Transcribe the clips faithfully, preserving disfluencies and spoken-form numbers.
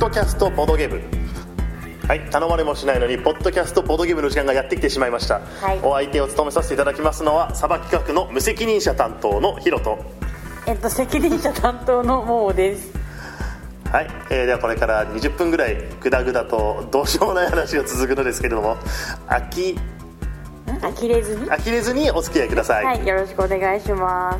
ドキャストボドゲ部、はい、頼まれもしないのにポッドキャストボドゲ部の時間がやってきてしまいました、はい、お相手を務めさせていただきますのはサバ企画の無責任者担当のヒロと、 えっと責任者担当のモーです。 はい、えー、ではこれからにじゅっぷんぐらいグダグダとどうしようもない話が続くのですけれども、飽き飽きれずに飽きれずにお付き合いください。 はい、よろしくお願いします。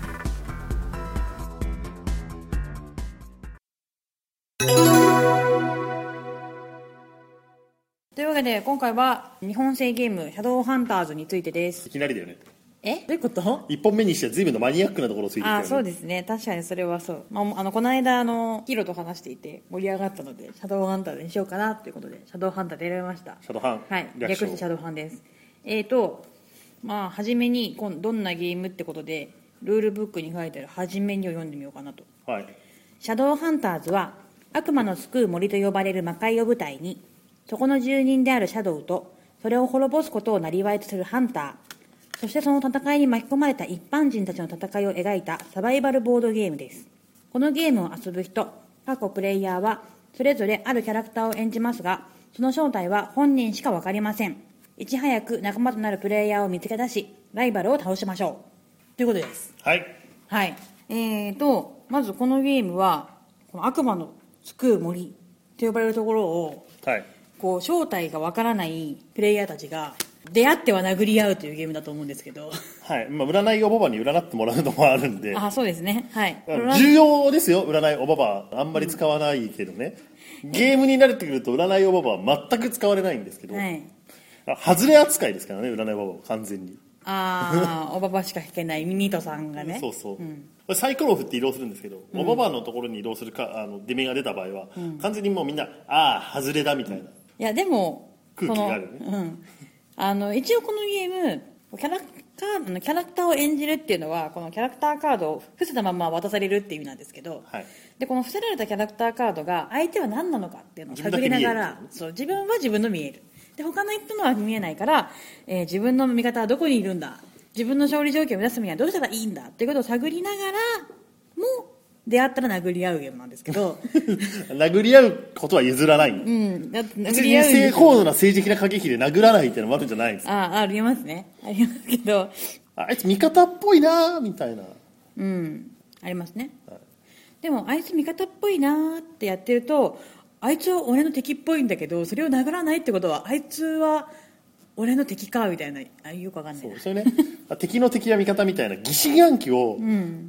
というわけで今回は日本製ゲームシャドウハンターズについてです。 いきなりだよね。 え、どういうこと？ いっぽんめにしては随分のマニアックなところをついてきたよね。 あ、そうですね、確かにそれはそう、まあ、あのこの間あのヒロと話していて盛り上がったのでシャドウハンターズにしようかなということでシャドウハンターで選びました。 シャドウハン、 はい、略してシャドウハンです。えーとまあ初めにこんどんなゲームってことでルールブックに書いてある初めにを読んでみようかなと。 はい。 シャドウハンターズは悪魔の救う森と呼ばれる魔界を舞台に、そこの住人であるシャドウとそれを滅ぼすことを生業とするハンター、そしてその戦いに巻き込まれた一般人たちの戦いを描いたサバイバルボードゲームです。このゲームを遊ぶ人、過去プレイヤーはそれぞれあるキャラクターを演じますが、その正体は本人しか分かりません。いち早く仲間となるプレイヤーを見つけ出しライバルを倒しましょうということです。 はい、 はい。えーとまずこのゲームはこの悪魔の救う森と呼ばれるところを、 はい、こう正体がわからないプレイヤーたちが出会っては殴り合うというゲームだと思うんですけど、 はい、まあ、占いおばばに占ってもらうのもあるんで、 あ、そうですね、はい、 重要ですよ。占いおばばあんまり使わないけどね、うん、ゲームに慣れてくると占いおばばは全く使われないんですけど、はい、外れ扱いですからね、占いおばばは完全に。 ああおばばしか弾けないミニトさんがね、 そうそう、うん、これサイコロを振って移動するんですけど、うん、おばばのところに移動するかあの出目が出た場合は、うん、完全にもうみんなああ外れだみたいな、うん、いやでも空気があるね、 うん、あの一応このゲームキャラクターキャラクターを演じるっていうのはこのキャラクターカードを伏せたまま渡されるっていう意味なんですけど、はい、でこの伏せられたキャラクターカードが相手は何なのかっていうのを探りながら、そう自分は自分の見えるで他の人のは見えないから、えー、自分の味方はどこにいるんだ、自分の勝利条件を目指すにはどうしたらいいんだっていうことを探りながらも出会ったら殴り合うゲームなんですけど殴り合うことは譲らない、うん、 だって殴り合う正高度な政治的な駆け引きで殴らないっていうのもあるんじゃないですか。 ああ、ありますね、ありますけど、 あいつ味方っぽいなみたいな、 うんありますね、はい、でもあいつ味方っぽいなってやってるとあいつは俺の敵っぽいんだけどそれを殴らないってことはあいつは俺の敵かみたいな、あよくわかんないな、 そうそれね敵の敵は味方みたいな疑心暗鬼を、うん、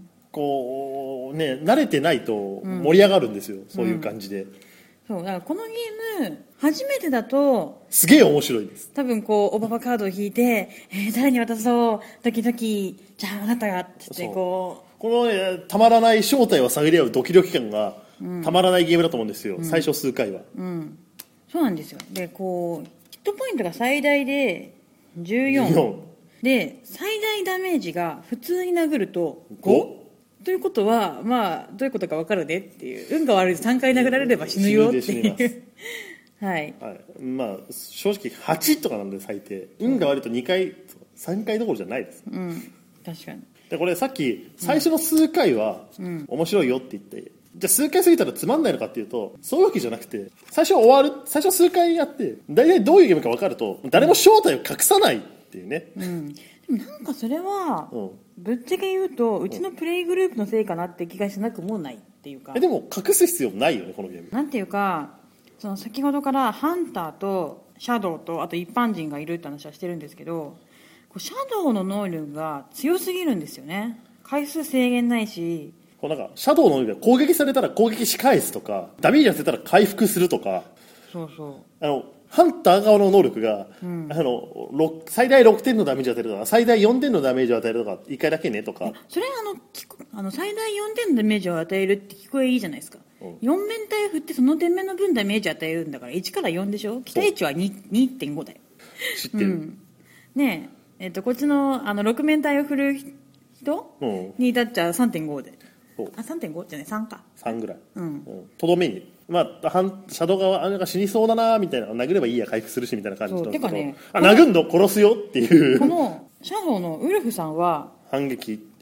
こうね慣れてないと盛り上がるんですよ、うん、そういう感じで、うん、 そうだからこのゲーム初めてだとすげえ面白いです。 多分こうオババカードを引いて、えー、誰に渡そうドキドキじゃああなたがってこうこの、ね、たまらない正体を探り合うドキドキ感がたまらないゲームだと思うんですよ、うん、最初数回は、うん、そうなんですよ。でこうヒットポイントが最大でじゅうよんで最大ダメージが普通に殴ると ご? ということはまあどういうことか分かるねっていう、運が悪いとさんかい殴られれば死ぬよっていうはい、はい、 まあ正直はちとかなんで最低、運が悪いとにかいさんかいどころじゃないです、 うん、確かに。 でこれさっき最初の数回は面白いよって言って、うん、じゃあ数回過ぎたらつまんないのかっていうとそういうわけじゃなくて、最初終わる最初数回やって大体どういうゲームか分かると誰も正体を隠さないっていうね、 うん、でもなんかそれはぶっちゃけ言うとうちのプレイグループのせいかなって気がしなくもないっていうか、 えでも隠す必要ないよねこのゲーム。 なんていうかその先ほどからハンターとシャドウとあと一般人がいるって話はしてるんですけど、シャドウの能力が強すぎるんですよね。回数制限ないし、 こうなんかシャドウの能力が攻撃されたら攻撃し返すとかダメージ当てたら回復するとか、 そうそうあのハンター側の能力が、うん、あの最大ろくてんのダメージを与えるとか最大よんてんのダメージを与えるとかいっかいだけねとか、 それあのあの最大よんてんのダメージを与えるって聞こえいいじゃないですか、うん、よん面体を振ってその点目の分ダメージを与えるんだからいちからよんでしょ。期待値は にてんご だよ。 知ってる、うん、 ねえ、えっと、こっち の, あのろく面体を振る人、うん、に至っちゃ さんてんご で、あ さんてんご じゃないさんかさんぐらい、うんうん、とどめにまあ、シャドウ側あれが死にそうだなみたいな、殴ればいいや回復するしみたいな感じの、てかね、あ殴んの殺すよっていう、 このシャドウのウルフさんは反撃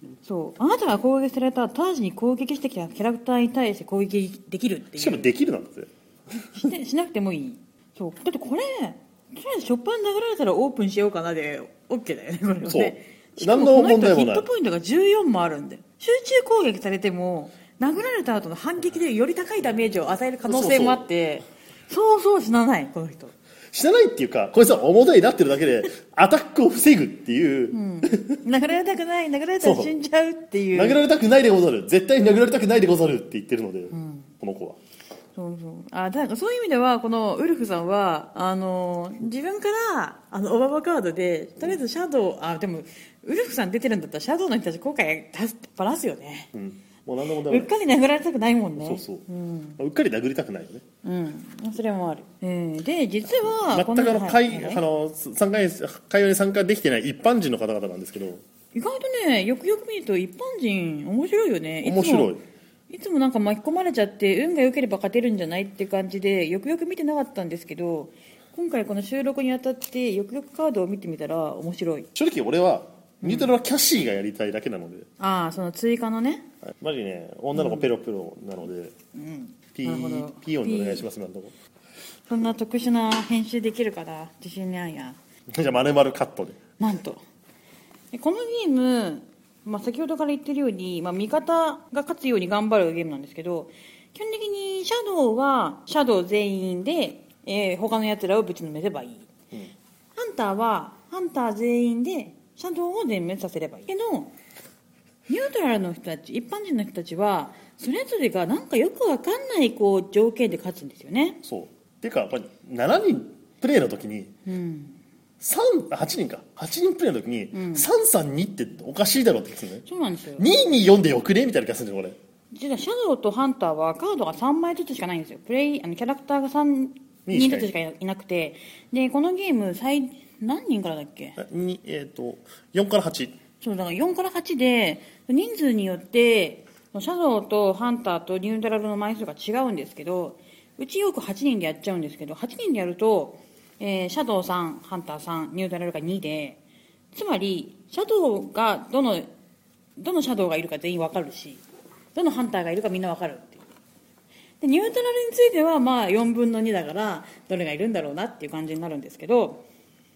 そうあなたが攻撃された直ちに攻撃してきたキャラクターに対して攻撃できるっていう。 しかもできるなんだぜし, てしなくてもいい。そうだってこれとりあえず初っ端殴られたらオープンしようかなで OK だよねこれはね。 そうしかも何のこの人問題もないヒットポイントがじゅうよんもあるんで、集中攻撃されても殴られた後の反撃でより高いダメージを与える可能性もあってそうそう死なないこの人。 死なないっていうかこいつは重たいになってるだけでアタックを防ぐっていう、うん、 殴られたくない殴られたら死んじゃうっていう。 殴られたくないでござる絶対に殴られたくないでござるって言ってるので、うん、この子はそうそうあだからそういう意味ではこのウルフさんはあの自分からあのオババカードでとりあえずシャドウあでもウルフさん出てるんだったらシャドウの人たち後悔バラすよね、うん、もう何でもダメ。うっかり殴られたくないもんね。 そうそう、うん、うっかり殴りたくないよね。 うんそれもある、えー、で実は全くあの会、はい、あの参加会話に参加できてない一般人の方々なんですけど意外とねよくよく見ると一般人面白いよね。 面白い。 いつもなんか巻き込まれちゃって運が良ければ勝てるんじゃないって感じでよくよく見てなかったんですけど今回この収録にあたってよくよくカードを見てみたら面白い。 正直俺はニュートラルはキャシーがやりたいだけなので、うん、 ああその追加のね、 はい、マジね女の子ペロペロなので、うん、ピーピー音でお願いしますなんとこそんな特殊な編集できるかな自信ないやじゃあ丸々カットでなんとこのゲームまあ、先ほどから言ってるように、まあ、味方が勝つように頑張るゲームなんですけど基本的にシャドウはシャドウ全員で、えー、他のやつらをぶちのめせばいい、うん、ハンターはハンター全員でシャドウを全滅させればいいけどニュートラルの人たち一般人の人たちはそれぞれがなんかよく分かんないこう条件で勝つんですよね。 そうっていうかやっぱりしちにんプレイの時に、うんはちにんかはちにんプレイの時に、うん、さんさんにっておかしいだろって気がするね。 そうなんですよ。 にーにーよんでよくねみたいな気がするんだよこれ。 実はシャドウとハンターはカードがさんまいずつしかないんですよ。プレイあのキャラクターがさんにんずつしかいなくてでこのゲーム最何人からだっけに、えー、とよんからはち。 そうだからよんからはちで人数によってシャドウとハンターとニュートラルの枚数が違うんですけどうちよくはちにんでやっちゃうんですけどはちにんでやるとえー、シャドウさん、ハンターさん、ニュートラルがにでつまりシャドウがどのどのシャドウがいるか全員分かるしどのハンターがいるかみんな分かるっていうでニュートラルについてはまあよんぶんのにだからどれがいるんだろうなっていう感じになるんですけど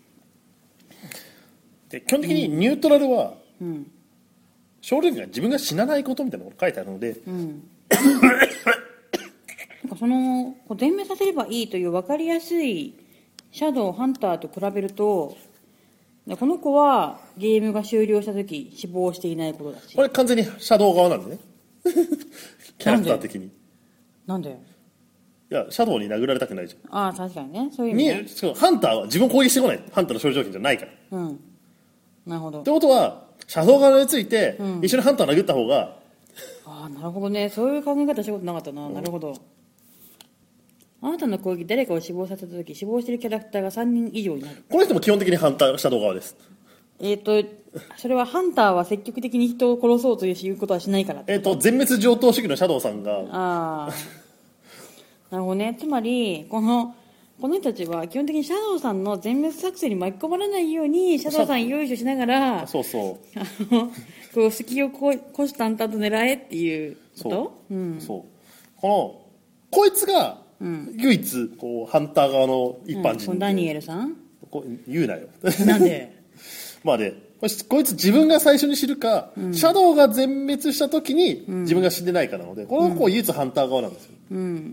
で基本的にニュートラルは、うん、勝利が自分が死なないことみたいなことが書いてあるので、うん、 なんかその全滅させればいいという分かりやすいシャドウハンターと比べるとこの子はゲームが終了した時死亡していないことだしこれ完全にシャドウ側なんでねキャラクター的になんでいやシャドウに殴られたくないじゃん。 ああ確かにねそういう意味、ね、 にハンターは自分を攻撃してこないハンターの勝利条件じゃないからうんなるほどってことはシャドウ側について、うん、一緒にハンターを殴った方がああなるほどねそういう考え方したことなかったな、うん、なるほどあなたの攻撃誰かを死亡させたとき死亡しているキャラクターがさんにん以上になる。 この人も基本的にハンターシャドウ側です。 えっ、ー、とそれはハンターは積極的に人を殺そうということはしないからえっ、ー、と全滅上等主義のシャドウさんがああなるほどね。つまりこのこの人たちは基本的にシャドウさんの全滅作戦に巻き込まれないようにシャドウさん用意しながらそうそうあのこう隙を虎視眈々と狙えっていうことそう、うん、そうこのこいつがうん、唯一こうハンター側の一般人、 うん、ダニエルさんこ言うなよなんでまあねこいつ自分が最初に知るか、うん、シャドウが全滅した時に自分が死んでないかなので、うん、この子唯一ハンター側なんですよ、うん、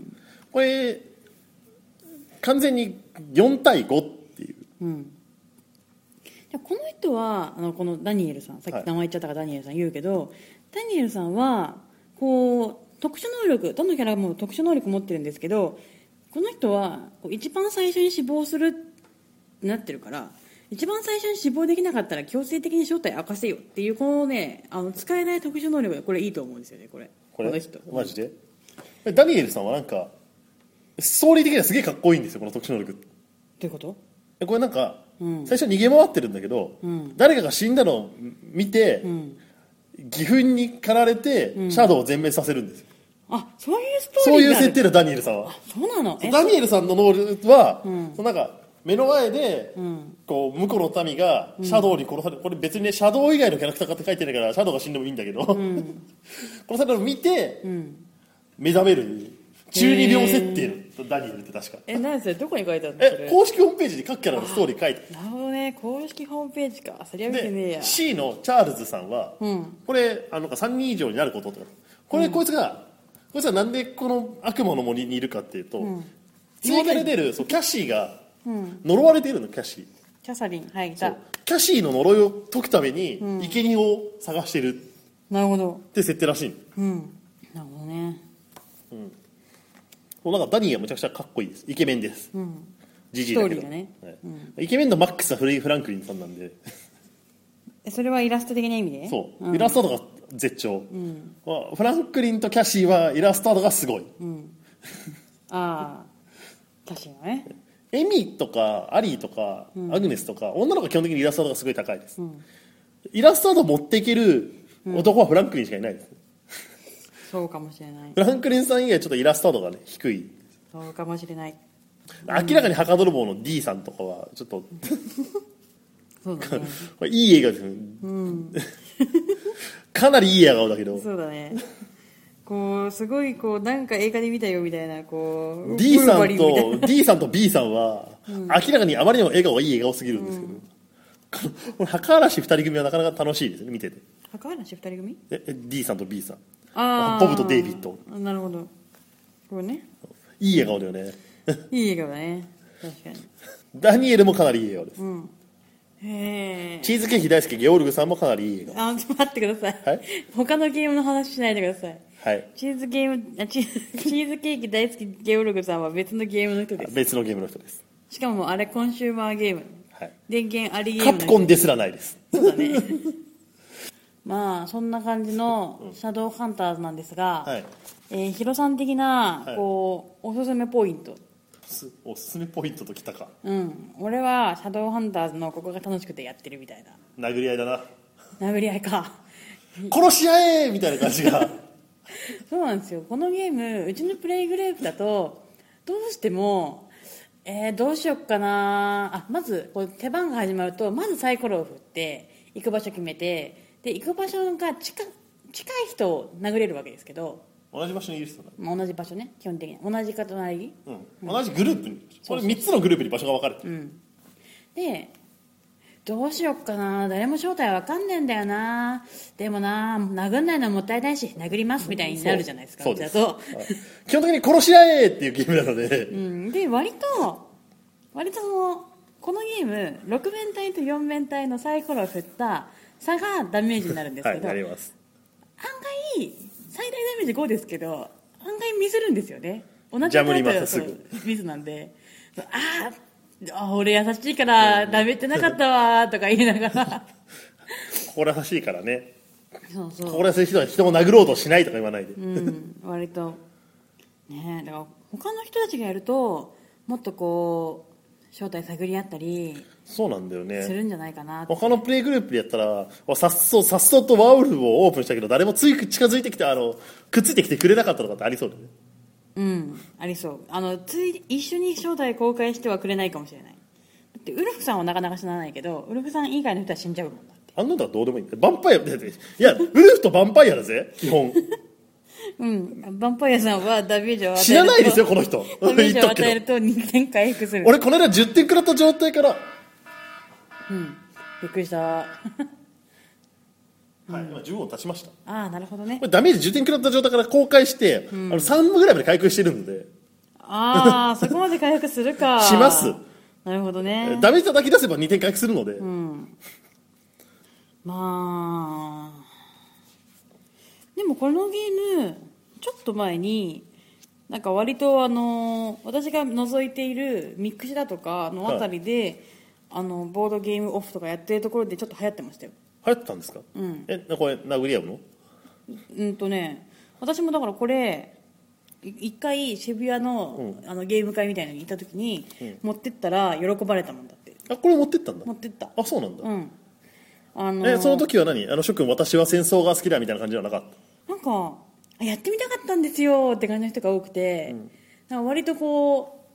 これ完全によんたいごっていう、うん、 じゃこの人はあのこのダニエルさんさっき名前言っちゃったからダニエルさん言うけど、はい、ダニエルさんはこう特殊能力どのキャラも特殊能力持ってるんですけどこの人は一番最初に死亡するってなってるから一番最初に死亡できなかったら強制的に正体明かせよっていうこのねあの使えない特殊能力がこれいいと思うんですよねこれこれこの人マジでダニエルさんはなんかストーリー的にはすげえかっこいいんですよこの特殊能力。どういうこと？ これなんか、うん、最初逃げ回ってるんだけど、うん、誰かが死んだのを見て、うん義憤に駆られてシャドウを全滅させるんですよ、 うん、あそういうストーリーそういう設定だダニエルさんは。 そうなのダニエルさんの能力は、うん、なんか目の前で、 うん、 こう向こうの民がシャドウに殺される、これ別にねシャドウ以外のキャラクターかって書いてないからシャドウが死んでもいいんだけど、うん、殺されるのを見て、うん、目覚めるじゅうにびょう設定のダニエルって確かえ何それどこに書いてあるの？ え公式ホームページに各キャラのストーリー書いてある。 なるほどね、公式ホームページか。そりゃ見てねえや。 で C のチャールズさんは、うん、これあのさんにん以上になることとかこれ、うん、こいつがこいつはなんでこの悪魔の森にいるかっていうと、うん、追加で出るそうキャシーが呪われているの。キャシーキャサリンはいいたキャシーの呪いを解くために生贄を探してる、 うん、なるほどって設定らしい、 うん、なるほどね、 うん、もうなんかダニーがむちゃくちゃかっこいいです。イケメンです、うん、ジジイだけどストーリーがね、はいうん、イケメンのマックスはフレイ・フランクリンさんなんでそれはイラスト的な意味でそう、うん、イラストとか絶頂、うんまあ、フランクリンとキャシーはイラストがすごい、うん、ああキャシーはねエミとかアリーとか、うん、アグネスとか女の子は基本的にイラストがすごい高いです、うん、イラスト持っていける男はフランクリンしかいないです、うん、 そうかもしれない。 フランクリンさん以外ちょっとイラストがね低い。 そうかもしれない。 明らかに墓泥棒の D さんとかはちょっとそうだねこれいい映画ですね、うん、かなりいい映画だけどそうだねこうすごいこうなんか映画で見たよみたいなこう D さんと D さんと B さんは、うん、明らかにあまりにも笑顔がいい笑顔すぎるんですけど、うん、これ墓嵐ふたり組はなかなか楽しいですね見てて。 墓嵐ふたり組え D さんと B さんあボブとデイビッド。 なるほどこれねいい笑顔だよねいい笑顔だね確かに。 ダニエルもかなりいい笑顔です、うんへチーズケーキ大好きゲオルグさんもかなりいい笑顔。 あちょっと待ってください、はい、他のゲームの話しないでください。はい、チーズゲームあチーチーズケーキ大好きゲオルグさんは別のゲームの人です。 別のゲームの人です。 しかもあれコンシューマーゲーム、はい、電源ありゲームカプコンですらないです。 そうだねまあそんな感じのシャドウハンターズなんですが、はいえー、ヒロさん的なこう、はい、おすすめポイント。 おすすめポイントときたか。 うん俺はシャドウハンターズのここが楽しくてやってるみたいな。 殴り合いだな。 殴り合いか殺し合えみたいな感じがそうなんですよ。このゲームうちのプレイグループだとどうしてもえー、どうしよっかなあまずこう手番が始まるとまずサイコロを振って行く場所決めてで行く場所が近近い人を殴れるわけですけど同じ場所にいる人だ、 まあ、同じ場所ね基本的に同じか隣り、 うんうん、同じグループにこれみっつのグループに場所が分かれてる、うん、 でどうしよっかな誰も正体わかんねえんだよなでもな殴んないのはもったいないし殴りますみたいになるじゃないですか。 そうですそうですだと基本的に殺し合えっていうゲームなので、 うん、で割と割とそのこのゲームろく面体とよん面体のサイコロを振った差がダメージになるんですけど、 はい、なります。 案外最大ダメージごですけど案外ミスるんですよね。同じタイプのミスなんでああ俺優しいからダメってなかったわとか言いながら心優しいからね。 そうそう心優しい人は人を殴ろうとしないとか言わないで、 うん、割とねだから他の人たちがやるともっとこう正体探り合ったりそうなんだよねするんじゃないかな。 他のプレイグループでやったらさっそさっそとワウルフをオープンしたけど誰もつい近づいてきてあのくっついてきてくれなかったとかってありそうだね。 うんありそう。あのつい一緒に正体公開してはくれないかもしれない。だってウルフさんはなかなか死なないけどウルフさん以外の人は死んじゃうもんだって。 あんなのはどうでもいいんだよ。ヴァンパイアいやウルフとヴァンパイアだぜ基本うんヴァンパイアさんはダメージを与えると知らないですよこの人ダメージを与えるとにてん回復する。 俺この間じゅってん食らった状態からうんびっくりしたはい 、今じゅうご経ちました。 ああなるほどね。 これダメージじゅってん食らった状態から公開して、うん、あのさんぶぐらいまで回復してるのでああそこまで回復するかします。 なるほどね。 ダメージ叩き出せばにてん回復するので、うん、 まあでもこのゲームちょっと前になんか割とあの私が覗いているミックスだとかのあたりで、はい、あのボードゲームオフとかやってるところでちょっと流行ってましたよ。 流行ってたんですか。うん、えこれ殴り合うの。 うんとね私もだからこれ一回渋谷 の,、うん、あのゲーム会みたいなのに行った時に、うん、持ってったら喜ばれたもんだって。 あこれ持ってったんだ。 持ってった。 あそうなんだ、 うんあのー、 えその時は何あの諸君私は戦争が好きだみたいな感じではなかった。 なんかやってみたかったんですよって感じの人が多くて、うん、なんか割とこう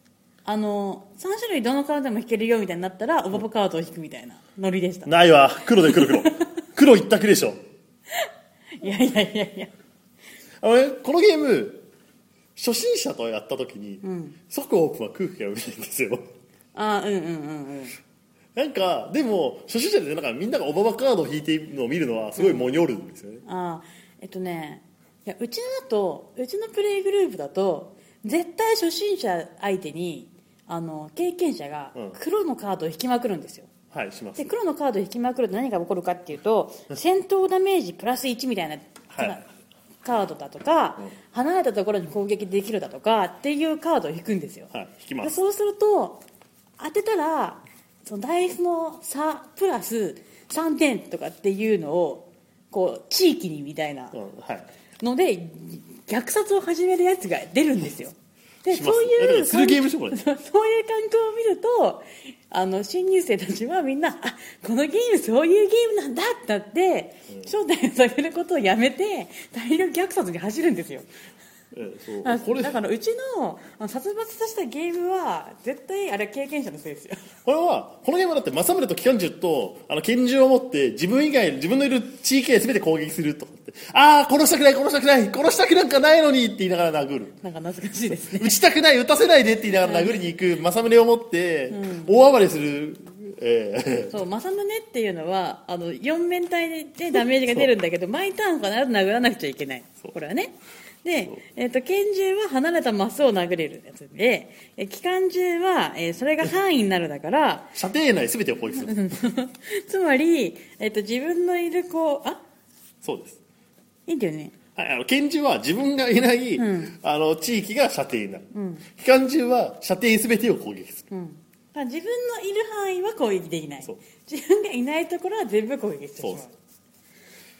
あのさん種類どのカードでも引けるよみたいになったらオババカードを引くみたいなノリでした。 ないわ、黒で黒黒黒一択でしょ。 いやいやいやいや、 あの、ね、このゲーム初心者とやった時に、うん、即オープンは空気が読めないんですよ。 ああ、うんうんうんうん。 なんかでも初心者でなんかみんながオババカードを引いているのを見るのはすごいもにょるんですよね、 うん、ああ、えっとね、いやうちのだとうちのプレイグループだと絶対初心者相手にあの経験者が黒のカードを引きまくるんですよ、 うん、はい、します。 で黒のカードを引きまくると何が起こるかっていうと戦闘ダメージプラスいちみたいな、はい、カードだとか、うん、離れたところに攻撃できるだとかっていうカードを引くんですよ、 はい、引きます。 でそうすると当てたらそのダイスの差プラスさんてんとかっていうのをこう地域にみたいなので虐殺を始めるやつが出るんですよ。でそういうするゲームでしょこれ。 そういう環境を見るとあの新入生たちはみんなあこのゲームそういうゲームなんだってなって、うん、正体を下げることをやめて大量虐殺に走るんですよ。えそうあこれだからうちの殺伐としたゲームは絶対あれ経験者のせいですよ。 これはこのゲームはだって政宗と機関銃とあの拳銃を持って自分以外自分のいる地域へ全て攻撃するとかってああ殺したくない殺したくない殺したくなんかないのにって言いながら殴る。 なんか懐かしいですね。 撃ちたくない撃たせないでって言いながら殴りに行く政宗を持って大暴れする、 えー、そう政宗っていうのはあのよん面体でダメージが出るんだけど毎ターン必ず殴らなくちゃいけない。これはねで、えー、と拳銃は離れたマスを殴れるやつで、え機関銃は、えー、それが範囲になるだから射程内全てを攻撃するつまり、えー、と自分のいるこうあそうですいいんだよね、 はい、あの拳銃は自分がいない、うん、あの地域が射程になる、うん、機関銃は射程全てを攻撃する、うん、 自分のいる範囲は攻撃できない。自分がいないところは全部攻撃してしまう。そう、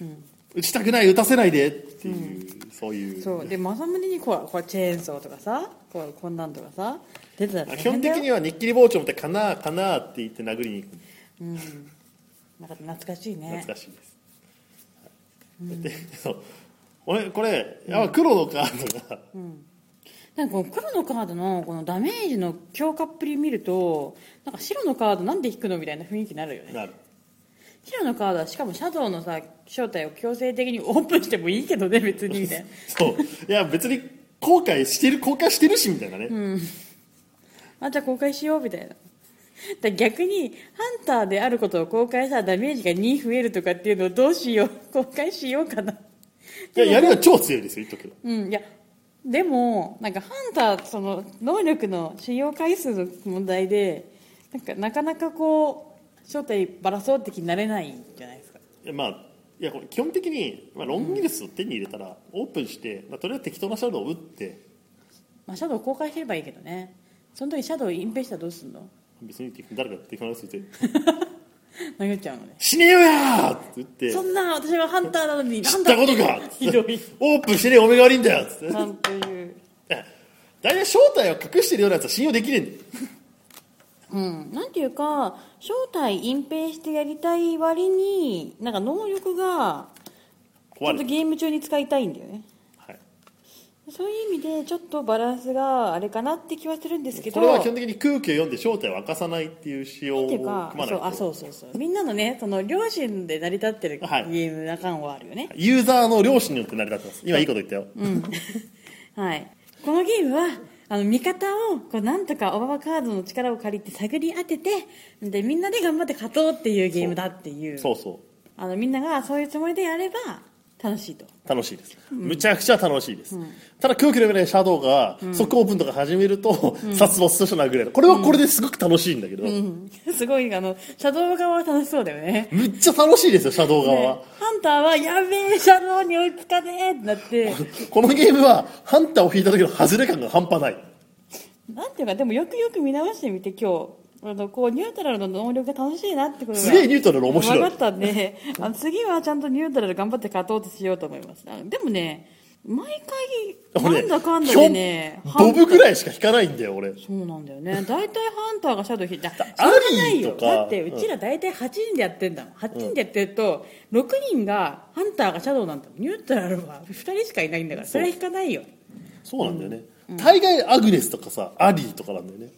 うん撃ちたくない撃たせないでっていう、うん、そういうそうで政宗にこうこうチェーンソーとかさこうこんなんとかさ出てたら基本的には日切り包丁持ってかなかなって言って殴りに行く、 うん、なんか懐かしいね。 懐かしいです、うん、でそう俺これやっぱ黒のカードが、うん、 なんかこの黒のカードのこのダメージの強化っぷり見るとなんか白のカードなんで引くのみたいな雰囲気になるよね。 なる。 白のカードはしかもシャドウのさ正体を強制的にオープンしてもいいけどね別にみたいなそういや別に後悔してる公開してるしみたいなね、うん、 あじゃあ公開しようみたいな。だ逆にハンターであることを公開したらダメージがに増えるとかっていうのをどうしよう公開しようかな。いややりは超強いですよ言っとくけど、 うん、いやでもなんかハンターその能力の使用回数の問題でなんかなかなかこう正体ばらそうって気になれないんじゃないですか。 いやまあいやこれ基本的に、まあ、ロングギルスを手に入れたらオープンして、まあ、とりあえず適当なシャドウを打って、 まあ、シャドウ公開すればいいけどね。その時シャドウ隠蔽したらどうすんの。 別に誰か適当なやつ言って投げちゃうのね。 死ねよやーって言ってそんな私はハンターなのに知ったことかひどいオープンしてねお目が悪いんだよっつってなんていう大体正体を隠してるようなやつは信用できねえんだようん、なんていうか正体隠蔽してやりたい割になんか能力がちょっとゲーム中に使いたいんだよね、はい、そういう意味でちょっとバランスがあれかなって気はするんですけどこれは基本的に空気を読んで正体を明かさないっていう仕様を組まないと。 そうあそうそうそうみんなのねその良心で成り立ってるゲームな感はあるよね、 はい、ユーザーの良心によって成り立ってます。今いいこと言ったよ、 うんはい、このゲームはあの味方をこうなんとかオババカードの力を借りて探り当ててでみんなで頑張って勝とうっていうゲームだっていうそうそうあのみんながそういうつもりでやれば楽しいと。 楽しいです、うん、むちゃくちゃ楽しいです、うん、ただ空気の上でシャドウが即オープンとか始めると、うん、殺伐とした殴れる。これはこれですごく楽しいんだけど、 うんうん、すごいあのシャドウ側は楽しそうだよね。 むっちゃ楽しいですよシャドウ側は、ね、 ハンターはやべえシャドウに追いつかねえってなってこのゲームはハンターを引いた時の外れ感が半端ない。 なんていうかでもよくよく見直してみて今日あのこうニュートラルの能力が楽しいなってことがすげえニュートラル面白い分かったんであの次はちゃんとニュートラル頑張って勝とうとしようと思います。でもね毎回なんだかんだでねボブぐらいしか引かないんだよ俺。 そうなんだよね大体ハンターがシャドウ引いたアリーとかだってうちら大体はちにんでやってんだもん。はちにんでやってるとろくにんがハンターがシャドウなんだもん。ニュートラルはふたりしかいないんだからそれは引かないよ。 そうなんだよね、うん、大概アグネスとかさアリーとかなんだよね。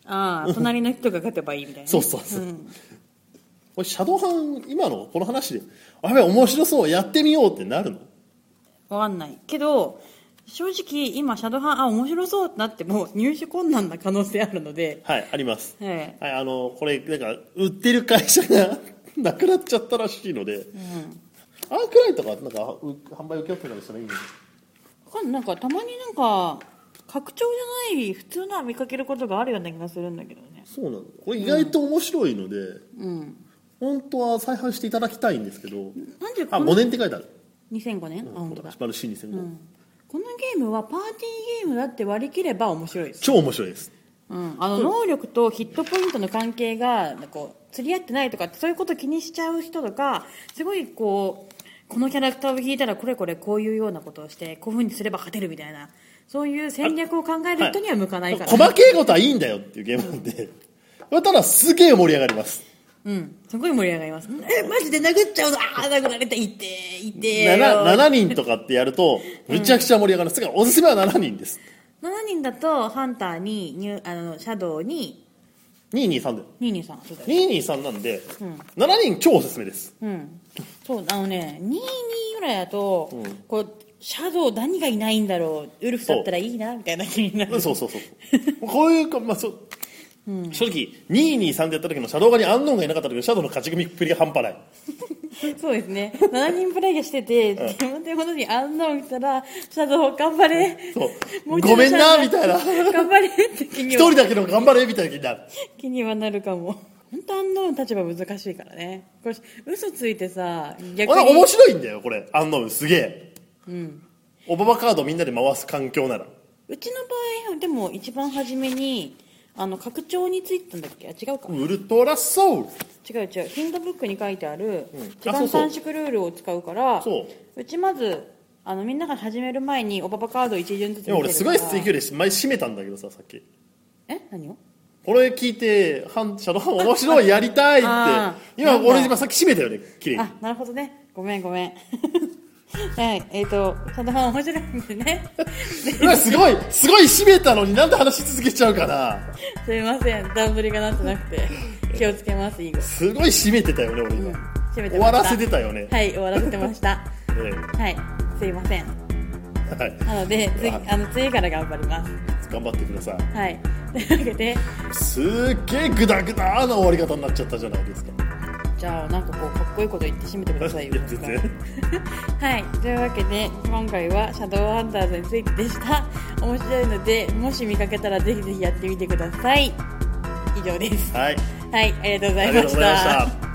ああ隣の人が勝てばいいみたいな、ね、 そうそうそう、 うん、 これシャドウハン今のこの話であれ面白そうやってみようってなるの？ 分かんないけど正直今シャドウハンあ面白そうってなっても入手困難な可能性あるので、 はいあります、 はい、 はい、あのこれなんか売ってる会社がなくなっちゃったらしいので、うん、アークライトがなんか販売請け負ってたりしたらいいの？ なんかたまになんか拡張じゃない普通のは見かけることがあるような気がするんだけどね。 そうなの。これ意外と面白いので、 うん、 本当は再販していただきたいんですけど、 なんであごねんって書いてある。 にせんごねん、 うん、 あ本当だ。 スパルシーにせんご、うん、 このゲームはパーティーゲームだって割り切れば面白いです。 超面白いです。 うん、あの能力とヒットポイントの関係がこう釣り合ってないとかってそういうこと気にしちゃう人とかすごいこうこのキャラクターを引いたらこれこれこういうようなことをしてこういうふうにすれば勝てるみたいなそういう戦略を考える人には向かないから、 はい、細けいことはいいんだよっていうゲームなんで、うん、ただすげえ盛り上がります。 うんすごい盛り上がります。えマジで殴っちゃうぞああ殴られていっていってよ 7, ななにんとかってやるとむちゃくちゃ盛り上がるんですが、うん、おすすめはななにんです。 ななにんだとハンターにニュあのシャドウににひゃくにじゅうさんだよ。 にひゃくにじゅうさんそうだよ。 にひゃくにじゅうさんなんで、うん、ななにん超おすすめです。 うんそうあのねにじゅうにぐらいだと、うん、こうシャドウ何がいないんだろうウルフだったらいいなみたいな気になる。 そうそうそうこういうか、まあそううん、正直にひゃくにじゅうさんでやった時のシャドウ側にアンノーンがいなかった時のシャドウの勝ち組っぷりが半端ないそうですねしちにんプレイがしてて手元のにアンノーン来たらシャドウ頑張れそうごめんなみたいな頑張れって気に一人だけの頑張れみたいな気になる気にはなるかも。本当アンノーン立場難しいからね。これ嘘ついてさ逆に面白いんだよこれアンノーンすげえ、 うん、 オバマカードみんなで回す環境なら。 うちの場合でも一番初めにあの拡張についてたんだっけ。あ違うかウルトラソウル違う違うヒントブックに書いてある時間短縮ルールを使うから、そううちまずあのみんなが始める前にオババカード一巡ずつ見てるから。 俺すごい追求で前閉めたんだけどささっきえ何をこれ聞いてシャドウハン面白いやりたいって今俺今さっき閉めたよね綺麗に。 あなるほどねごめんごめんはいえっ、ー、とシャドウハン面白いんですねすごいすごい閉めたのになんで話し続けちゃうかなすいません段取りがなってなくて気をつけます。いいすごい閉めてたよね俺今、うん、 閉めてました。 終わらせてたよね。 はい終わらせてました、ええ、はいすいません、はい、なので次あの次から頑張ります。 頑張ってください。 はいというわけですっげえグダグダな終わり方になっちゃったじゃないですか。 じゃあなんかこうかっこいいこと言って締めてくださいよ。 いや全然はいというわけで今回はシャドウハンターズについてでした。面白いのでもし見かけたらぜひぜひやってみてください。以上です。 はい、 はい、ありがとうございました。